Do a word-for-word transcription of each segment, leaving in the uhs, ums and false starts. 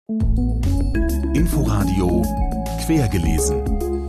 Inforadio Quergelesen.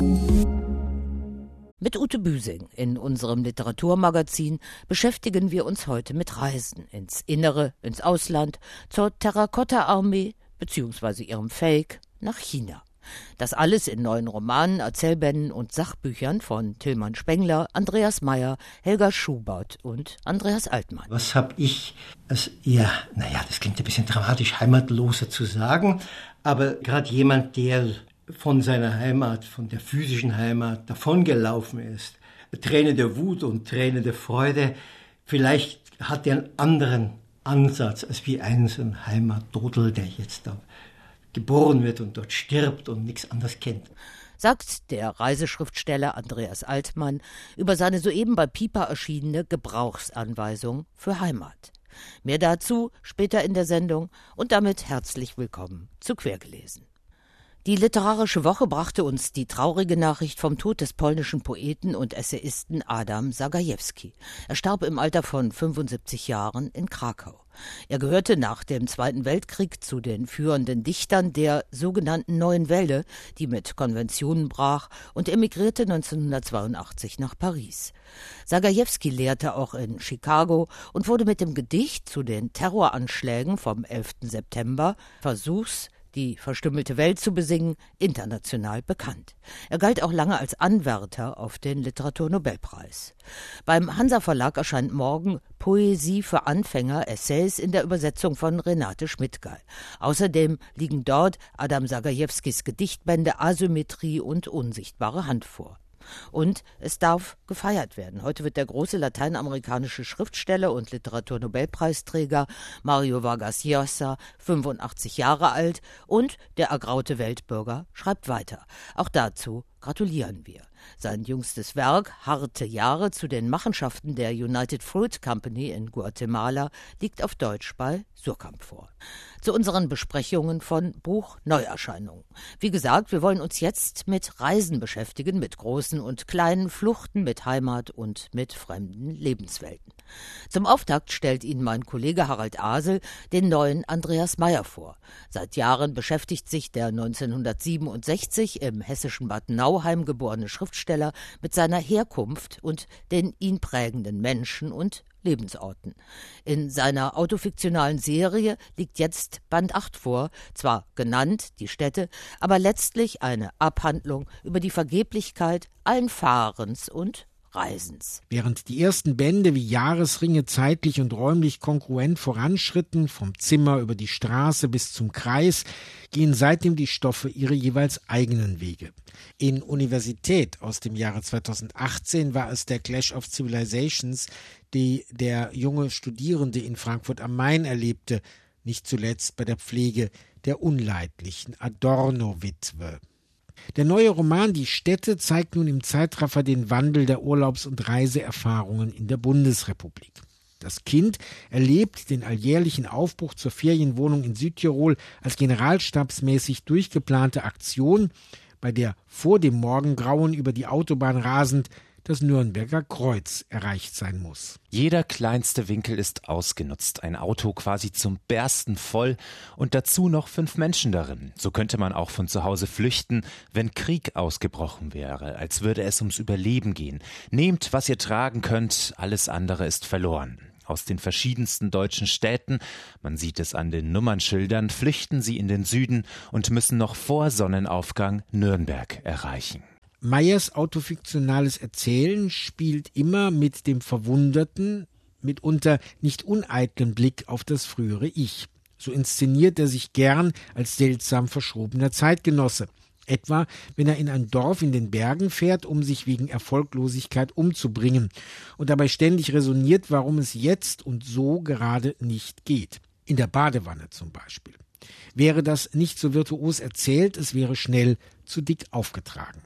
Mit Ute Büsing in unserem Literaturmagazin beschäftigen wir uns heute mit Reisen ins Innere, ins Ausland, zur Terrakotta-Armee bzw. ihrem Fake nach China. Das alles in neuen Romanen, Erzählbänden und Sachbüchern von Tilman Spengler, Andreas Meier, Helga Schubert und Andreas Altmann. Was habe ich als eher, naja, das klingt ein bisschen dramatisch, Heimatloser zu sagen, aber gerade jemand, der von seiner Heimat, von der physischen Heimat davongelaufen ist, Träne der Wut und Träne der Freude, vielleicht hat er einen anderen Ansatz als wie ein so ein Heimatdodel, der jetzt da geboren wird und dort stirbt und nichts anderes kennt. Sagt der Reiseschriftsteller Andreas Altmann über seine soeben bei Piper erschienene Gebrauchsanweisung für Heimat. Mehr dazu später in der Sendung und damit herzlich willkommen zu Quergelesen. Die Literarische Woche brachte uns die traurige Nachricht vom Tod des polnischen Poeten und Essayisten Adam Zagajewski. Er starb im Alter von fünfundsiebzig Jahren in Krakau. Er gehörte nach dem Zweiten Weltkrieg zu den führenden Dichtern der sogenannten Neuen Welle, die mit Konventionen brach, und emigrierte neunzehnhundertzweiundachtzig nach Paris. Zagajewski lehrte auch in Chicago und wurde mit dem Gedicht zu den Terroranschlägen vom elften September, Versuchs, die verstümmelte Welt zu besingen, international bekannt. Er galt auch lange als Anwärter auf den Literaturnobelpreis. Beim Hansa Verlag erscheint morgen Poesie für Anfänger, Essays in der Übersetzung von Renate Schmidtgeil. Außerdem liegen dort Adam Zagajewskis Gedichtbände Asymmetrie und Unsichtbare Hand vor. Und es darf gefeiert werden. Heute wird der große lateinamerikanische Schriftsteller und Literaturnobelpreisträger Mario Vargas Llosa fünfundachtzig Jahre alt und der ergraute Weltbürger schreibt weiter. Auch dazu gratulieren wir. Sein jüngstes Werk, Harte Jahre zu den Machenschaften der United Fruit Company in Guatemala, liegt auf Deutsch bei Surkamp vor. Zu unseren Besprechungen von Buchneuerscheinungen. Wie gesagt, wir wollen uns jetzt mit Reisen beschäftigen, mit großen und kleinen Fluchten, mit Heimat und mit fremden Lebenswelten. Zum Auftakt stellt Ihnen mein Kollege Harald Asel den neuen Andreas Meier vor. Seit Jahren beschäftigt sich der neunzehnhundertsiebenundsechzig im hessischen Bad Nauheim geborene Schriftsteller mit seiner Herkunft und den ihn prägenden Menschen und Lebensorten. In seiner autofiktionalen Serie liegt jetzt Band acht vor, zwar genannt, die Städte, aber letztlich eine Abhandlung über die Vergeblichkeit allen Fahrens und Reisens. Während die ersten Bände wie Jahresringe zeitlich und räumlich kongruent voranschritten, vom Zimmer über die Straße bis zum Kreis, gehen seitdem die Stoffe ihre jeweils eigenen Wege. In Universität aus dem Jahre zweitausendachtzehn war es der Clash of Civilizations, die der junge Studierende in Frankfurt am Main erlebte, nicht zuletzt bei der Pflege der unleidlichen Adorno-Witwe. Der neue Roman Die Städte zeigt nun im Zeitraffer den Wandel der Urlaubs- und Reiseerfahrungen in der Bundesrepublik. Das Kind erlebt den alljährlichen Aufbruch zur Ferienwohnung in Südtirol als generalstabsmäßig durchgeplante Aktion, bei der vor dem Morgengrauen über die Autobahn rasend das Nürnberger Kreuz erreicht sein muss. Jeder kleinste Winkel ist ausgenutzt, ein Auto quasi zum Bersten voll und dazu noch fünf Menschen darin. So könnte man auch von zu Hause flüchten, wenn Krieg ausgebrochen wäre, als würde es ums Überleben gehen. Nehmt, was ihr tragen könnt, alles andere ist verloren. Aus den verschiedensten deutschen Städten, man sieht es an den Nummernschildern, flüchten sie in den Süden und müssen noch vor Sonnenaufgang Nürnberg erreichen. Meyers autofiktionales Erzählen spielt immer mit dem verwunderten, mitunter nicht uneitlen Blick auf das frühere Ich. So inszeniert er sich gern als seltsam verschrobener Zeitgenosse. Etwa, wenn er in ein Dorf in den Bergen fährt, um sich wegen Erfolglosigkeit umzubringen und dabei ständig resoniert, warum es jetzt und so gerade nicht geht. In der Badewanne zum Beispiel. Wäre das nicht so virtuos erzählt, es wäre schnell zu dick aufgetragen.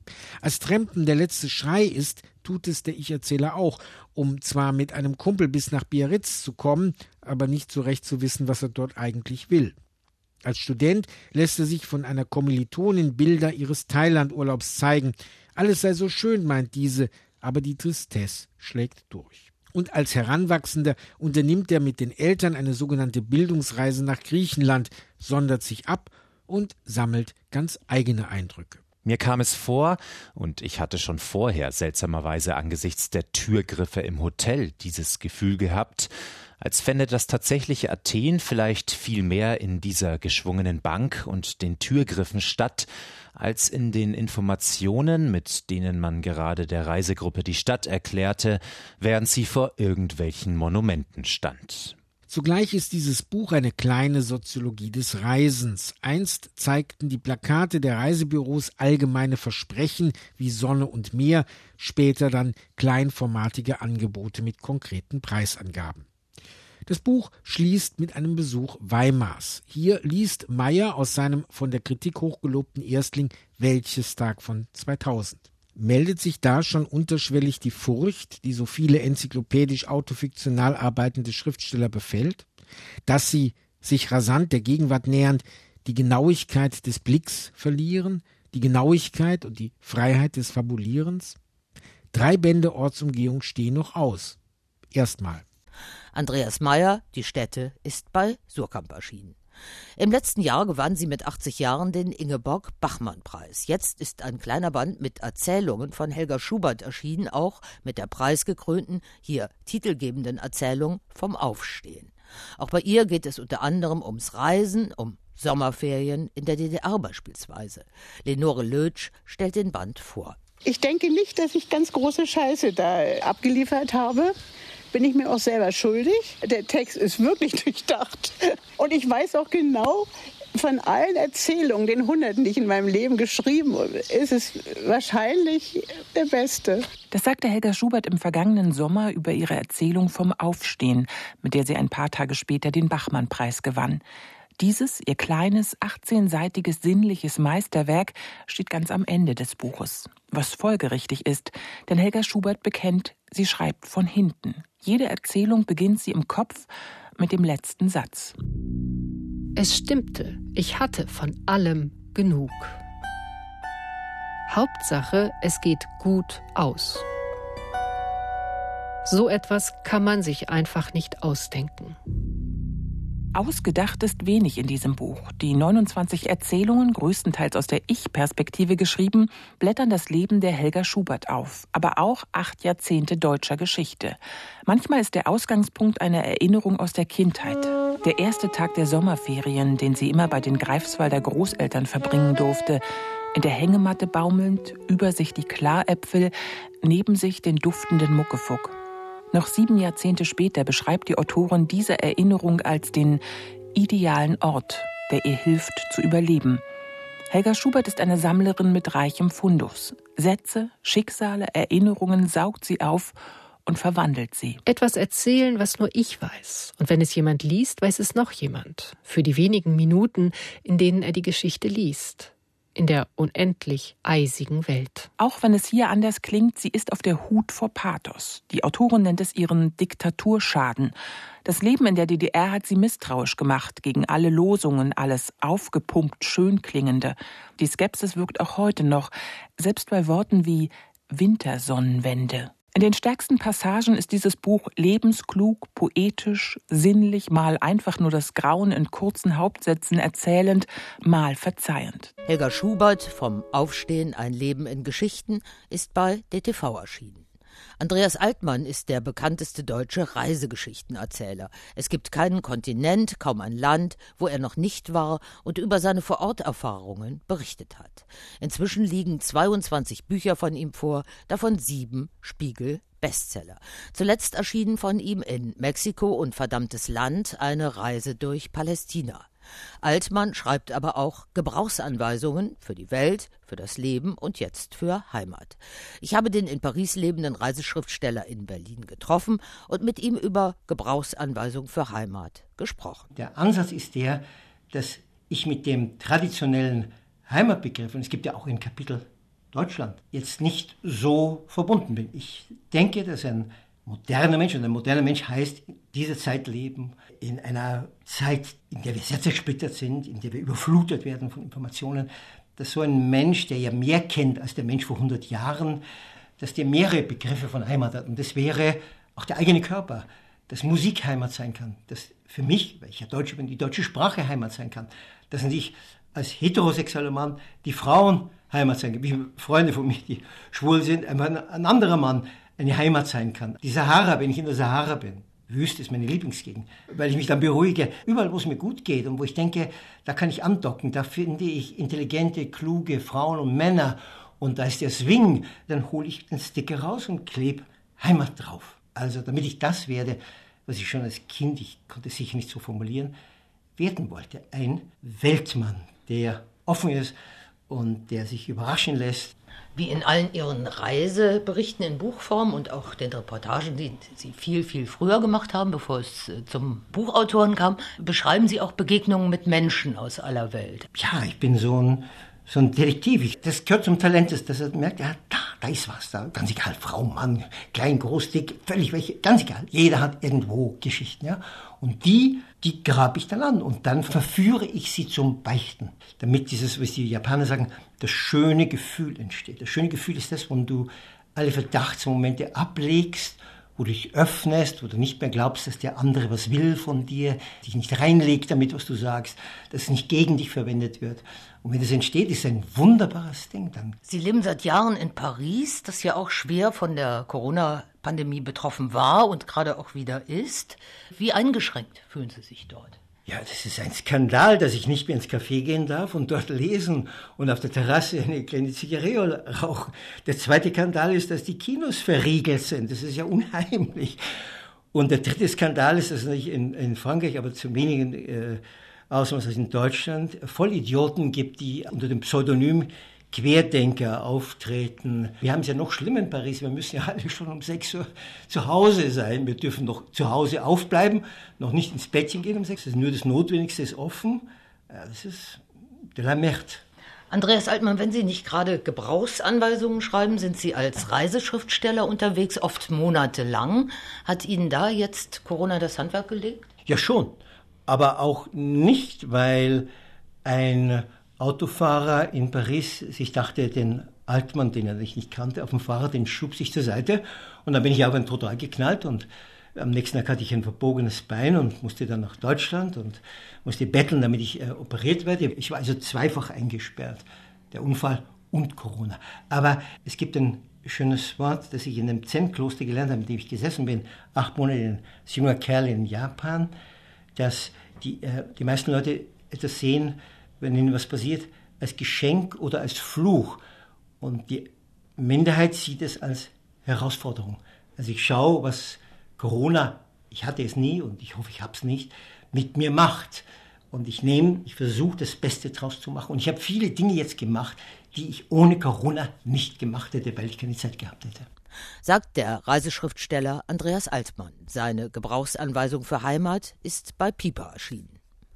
Als Trampen der letzte Schrei ist, tut es der Ich-Erzähler auch, um zwar mit einem Kumpel bis nach Biarritz zu kommen, aber nicht so recht zu wissen, was er dort eigentlich will. Als Student lässt er sich von einer Kommilitonin Bilder ihres Thailand-Urlaubs zeigen. Alles sei so schön, meint diese, aber die Tristesse schlägt durch. Und als Heranwachsender unternimmt er mit den Eltern eine sogenannte Bildungsreise nach Griechenland, sondert sich ab und sammelt ganz eigene Eindrücke. Mir kam es vor, und ich hatte schon vorher seltsamerweise angesichts der Türgriffe im Hotel dieses Gefühl gehabt, als fände das tatsächliche Athen vielleicht viel mehr in dieser geschwungenen Bank und den Türgriffen statt, als in den Informationen, mit denen man gerade der Reisegruppe die Stadt erklärte, während sie vor irgendwelchen Monumenten stand. Zugleich ist dieses Buch eine kleine Soziologie des Reisens. Einst zeigten die Plakate der Reisebüros allgemeine Versprechen wie Sonne und Meer, später dann kleinformatige Angebote mit konkreten Preisangaben. Das Buch schließt mit einem Besuch Weimars. Hier liest Meyer aus seinem von der Kritik hochgelobten Erstling Wäldchestag von zweitausend. Meldet sich da schon unterschwellig die Furcht, die so viele enzyklopädisch autofiktional arbeitende Schriftsteller befällt, dass sie, sich rasant der Gegenwart nähernd, die Genauigkeit des Blicks verlieren, die Genauigkeit und die Freiheit des Fabulierens? Drei Bände Ortsumgehung stehen noch aus. Erstmal. Andreas Meyer, Die Stätte, ist bei Suhrkamp erschienen. Im letzten Jahr gewann sie mit achtzig Jahren den Ingeborg-Bachmann-Preis. Jetzt ist ein kleiner Band mit Erzählungen von Helga Schubert erschienen, auch mit der preisgekrönten, hier titelgebenden Erzählung vom Aufstehen. Auch bei ihr geht es unter anderem ums Reisen, um Sommerferien in der D D R beispielsweise. Lenore Lötsch stellt den Band vor. Ich denke nicht, dass ich ganz große Scheiße da abgeliefert habe. Bin ich mir auch selber schuldig. Der Text ist wirklich durchdacht. Und ich weiß auch genau, von allen Erzählungen, den Hunderten, die ich in meinem Leben geschrieben habe, ist es wahrscheinlich der beste. Das sagte Helga Schubert im vergangenen Sommer über ihre Erzählung vom Aufstehen, mit der sie ein paar Tage später den Bachmann-Preis gewann. Dieses, ihr kleines, achtzehnseitiges sinnliches Meisterwerk steht ganz am Ende des Buches. Was folgerichtig ist, denn Helga Schubert bekennt, sie schreibt von hinten. Jede Erzählung beginnt sie im Kopf mit dem letzten Satz. Es stimmte, ich hatte von allem genug. Hauptsache, es geht gut aus. So etwas kann man sich einfach nicht ausdenken. Ausgedacht ist wenig in diesem Buch. Die neunundzwanzig Erzählungen, größtenteils aus der Ich-Perspektive geschrieben, blättern das Leben der Helga Schubert auf, aber auch acht Jahrzehnte deutscher Geschichte. Manchmal ist der Ausgangspunkt eine Erinnerung aus der Kindheit. Der erste Tag der Sommerferien, den sie immer bei den Greifswalder Großeltern verbringen durfte. In der Hängematte baumelnd, über sich die Klaräpfel, neben sich den duftenden Muckefuck. Noch sieben Jahrzehnte später beschreibt die Autorin diese Erinnerung als den idealen Ort, der ihr hilft zu überleben. Helga Schubert ist eine Sammlerin mit reichem Fundus. Sätze, Schicksale, Erinnerungen saugt sie auf und verwandelt sie. Etwas erzählen, was nur ich weiß. Und wenn es jemand liest, weiß es noch jemand. Für die wenigen Minuten, in denen er die Geschichte liest. In der unendlich eisigen Welt. Auch wenn es hier anders klingt, sie ist auf der Hut vor Pathos. Die Autorin nennt es ihren Diktaturschaden. Das Leben in der D D R hat sie misstrauisch gemacht gegen alle Losungen, alles aufgepumpt Schönklingende. Die Skepsis wirkt auch heute noch, selbst bei Worten wie Wintersonnenwende. In den stärksten Passagen ist dieses Buch lebensklug, poetisch, sinnlich, mal einfach nur das Grauen in kurzen Hauptsätzen erzählend, mal verzeihend. Helga Schubert vom Aufstehen, ein Leben in Geschichten ist bei D T V erschienen. Andreas Altmann ist der bekannteste deutsche Reisegeschichtenerzähler. Es gibt keinen Kontinent, kaum ein Land, wo er noch nicht war und über seine Vororterfahrungen berichtet hat. Inzwischen liegen zweiundzwanzig Bücher von ihm vor, davon sieben Spiegel-Bestseller. Zuletzt erschienen von ihm in Mexiko und Verdammtes Land eine Reise durch Palästina. Altmann schreibt aber auch Gebrauchsanweisungen für die Welt, für das Leben und jetzt für Heimat. Ich habe den in Paris lebenden Reiseschriftsteller in Berlin getroffen und mit ihm über Gebrauchsanweisungen für Heimat gesprochen. Der Ansatz ist der, dass ich mit dem traditionellen Heimatbegriff, und es gibt ja auch ein Kapitel Deutschland, jetzt nicht so verbunden bin. Ich denke, dass ein moderner Mensch, und ein moderner Mensch heißt, in dieser Zeit leben, in einer Zeit, in der wir sehr zersplittert sind, in der wir überflutet werden von Informationen, dass so ein Mensch, der ja mehr kennt als der Mensch vor hundert Jahren, dass der mehrere Begriffe von Heimat hat. Und das wäre auch der eigene Körper, dass Musik Heimat sein kann, dass für mich, weil ich ja Deutscher bin, die deutsche Sprache Heimat sein kann, dass ich als heterosexueller Mann die Frauen Heimat sein kann, wie Freunde von mir, die schwul sind, ein anderer Mann eine Heimat sein kann. Die Sahara, wenn ich in der Sahara bin, Wüste ist meine Lieblingsgegend, weil ich mich dann beruhige. Überall, wo es mir gut geht und wo ich denke, da kann ich andocken, da finde ich intelligente, kluge Frauen und Männer und da ist der Swing, dann hole ich den Sticker raus und klebe Heimat drauf. Also damit ich das werde, was ich schon als Kind, ich konnte es sicher nicht so formulieren, werden wollte. Ein Weltmann, der offen ist und der sich überraschen lässt. Wie in allen Ihren Reiseberichten in Buchform und auch den Reportagen, die Sie viel, viel früher gemacht haben, bevor es zum Buchautoren kam, beschreiben Sie auch Begegnungen mit Menschen aus aller Welt. Ja, ich bin so ein, so ein Detektiv. Ich, das gehört zum Talent, dass er merkt, ja, da, da ist was. Da. Ganz egal, Frau, Mann, klein, groß, dick, völlig welche, ganz egal. Jeder hat irgendwo Geschichten, ja. Und die, die grabe ich dann an und dann verführe ich sie zum Beichten. Damit dieses, was die Japaner sagen, das schöne Gefühl entsteht. Das schöne Gefühl ist das, wenn du alle Verdachtsmomente ablegst, wo du dich öffnest, wo du nicht mehr glaubst, dass der andere was will von dir, dich nicht reinlegt damit, was du sagst, dass es nicht gegen dich verwendet wird. Und wenn das entsteht, ist es ein wunderbares Ding dann. Sie leben seit Jahren in Paris, das ja auch schwer von der Corona-Pandemie betroffen war und gerade auch wieder ist. Wie eingeschränkt fühlen Sie sich dort? Ja, das ist ein Skandal, dass ich nicht mehr ins Café gehen darf und dort lesen und auf der Terrasse eine kleine Zigarette rauchen. Der zweite Skandal ist, dass die Kinos verriegelt sind. Das ist ja unheimlich. Und der dritte Skandal ist, dass es nicht in, in Frankreich, aber zu wenigen äh, Ausmaß als in Deutschland, Vollidioten gibt, die unter dem Pseudonym Querdenker auftreten. Wir haben es ja noch schlimmer in Paris. Wir müssen ja alle schon um sechs Uhr zu Hause sein. Wir dürfen noch zu Hause aufbleiben, noch nicht ins Bettchen gehen um sechs. Das ist nur das Notwendigste ist offen. Ja, das ist de la merde. Andreas Altmann, wenn Sie nicht gerade Gebrauchsanweisungen schreiben, sind Sie als Reiseschriftsteller unterwegs, oft monatelang. Hat Ihnen da jetzt Corona das Handwerk gelegt? Ja, schon. Aber auch nicht, weil ein Autofahrer in Paris sich dachte, den Altmann, den er nicht kannte, auf dem Fahrrad, den schob sich zur Seite. Und dann bin ich auf ein Trottoir geknallt und am nächsten Tag hatte ich ein verbogenes Bein und musste dann nach Deutschland und musste betteln, damit ich äh, operiert werde. Ich war also zweifach eingesperrt, der Unfall und Corona. Aber es gibt ein schönes Wort, das ich in einem Zen-Kloster gelernt habe, in dem ich gesessen bin, acht Monate als junger Kerl in Japan, dass die, äh, die meisten Leute etwas sehen, wenn ihnen was passiert, als Geschenk oder als Fluch. Und die Minderheit sieht es als Herausforderung. Also ich schaue, was Corona, ich hatte es nie und ich hoffe, ich habe es nicht, mit mir macht. Und ich nehme, ich versuche, das Beste draus zu machen. Und ich habe viele Dinge jetzt gemacht, die ich ohne Corona nicht gemacht hätte, weil ich keine Zeit gehabt hätte. Sagt der Reiseschriftsteller Andreas Altmann. Seine Gebrauchsanweisung für Heimat ist bei Piper erschienen.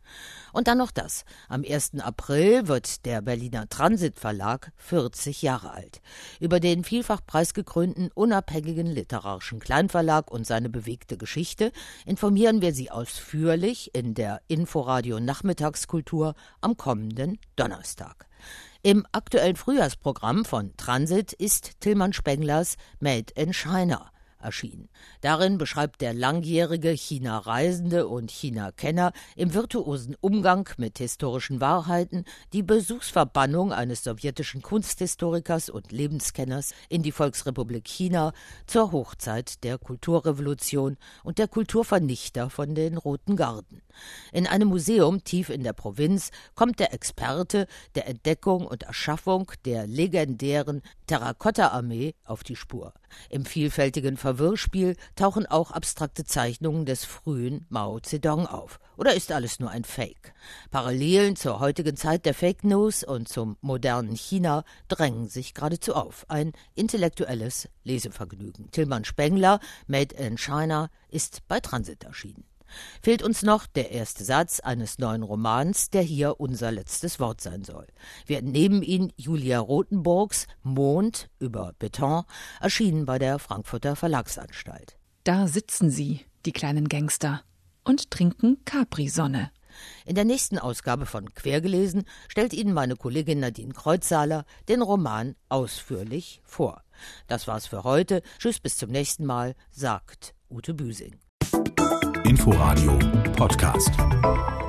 Und dann noch das. Am ersten April wird der Berliner Transit Verlag vierzig Jahre alt. Über den vielfach preisgekrönten, unabhängigen literarischen Kleinverlag und seine bewegte Geschichte informieren wir Sie ausführlich in der Inforadio Nachmittagskultur am kommenden Donnerstag. Im aktuellen Frühjahrsprogramm von Transit ist Tilman Spenglers Made in China erschienen. Darin beschreibt der langjährige China-Reisende und China-Kenner im virtuosen Umgang mit historischen Wahrheiten die Besuchsverbannung eines sowjetischen Kunsthistorikers und Lebenskenners in die Volksrepublik China zur Hochzeit der Kulturrevolution und der Kulturvernichter von den Roten Garden. In einem Museum tief in der Provinz kommt der Experte der Entdeckung und Erschaffung der legendären Terrakotta-Armee auf die Spur. Im vielfältigen Verwirrspiel tauchen auch abstrakte Zeichnungen des frühen Mao Zedong auf. Oder ist alles nur ein Fake? Parallelen zur heutigen Zeit der Fake News und zum modernen China drängen sich geradezu auf. Ein intellektuelles Lesevergnügen. Tilman Spengler, Made in China, ist bei Transit erschienen. Fehlt uns noch der erste Satz eines neuen Romans, der hier unser letztes Wort sein soll. Wir entnehmen ihn Julia Rothenburgs Mond über Beton, erschienen bei der Frankfurter Verlagsanstalt. Da sitzen sie, die kleinen Gangster, und trinken Capri-Sonne. In der nächsten Ausgabe von Quergelesen stellt Ihnen meine Kollegin Nadine Kreuzsaler den Roman ausführlich vor. Das war's für heute. Tschüss, bis zum nächsten Mal, sagt Ute Büsing. Inforadio Podcast.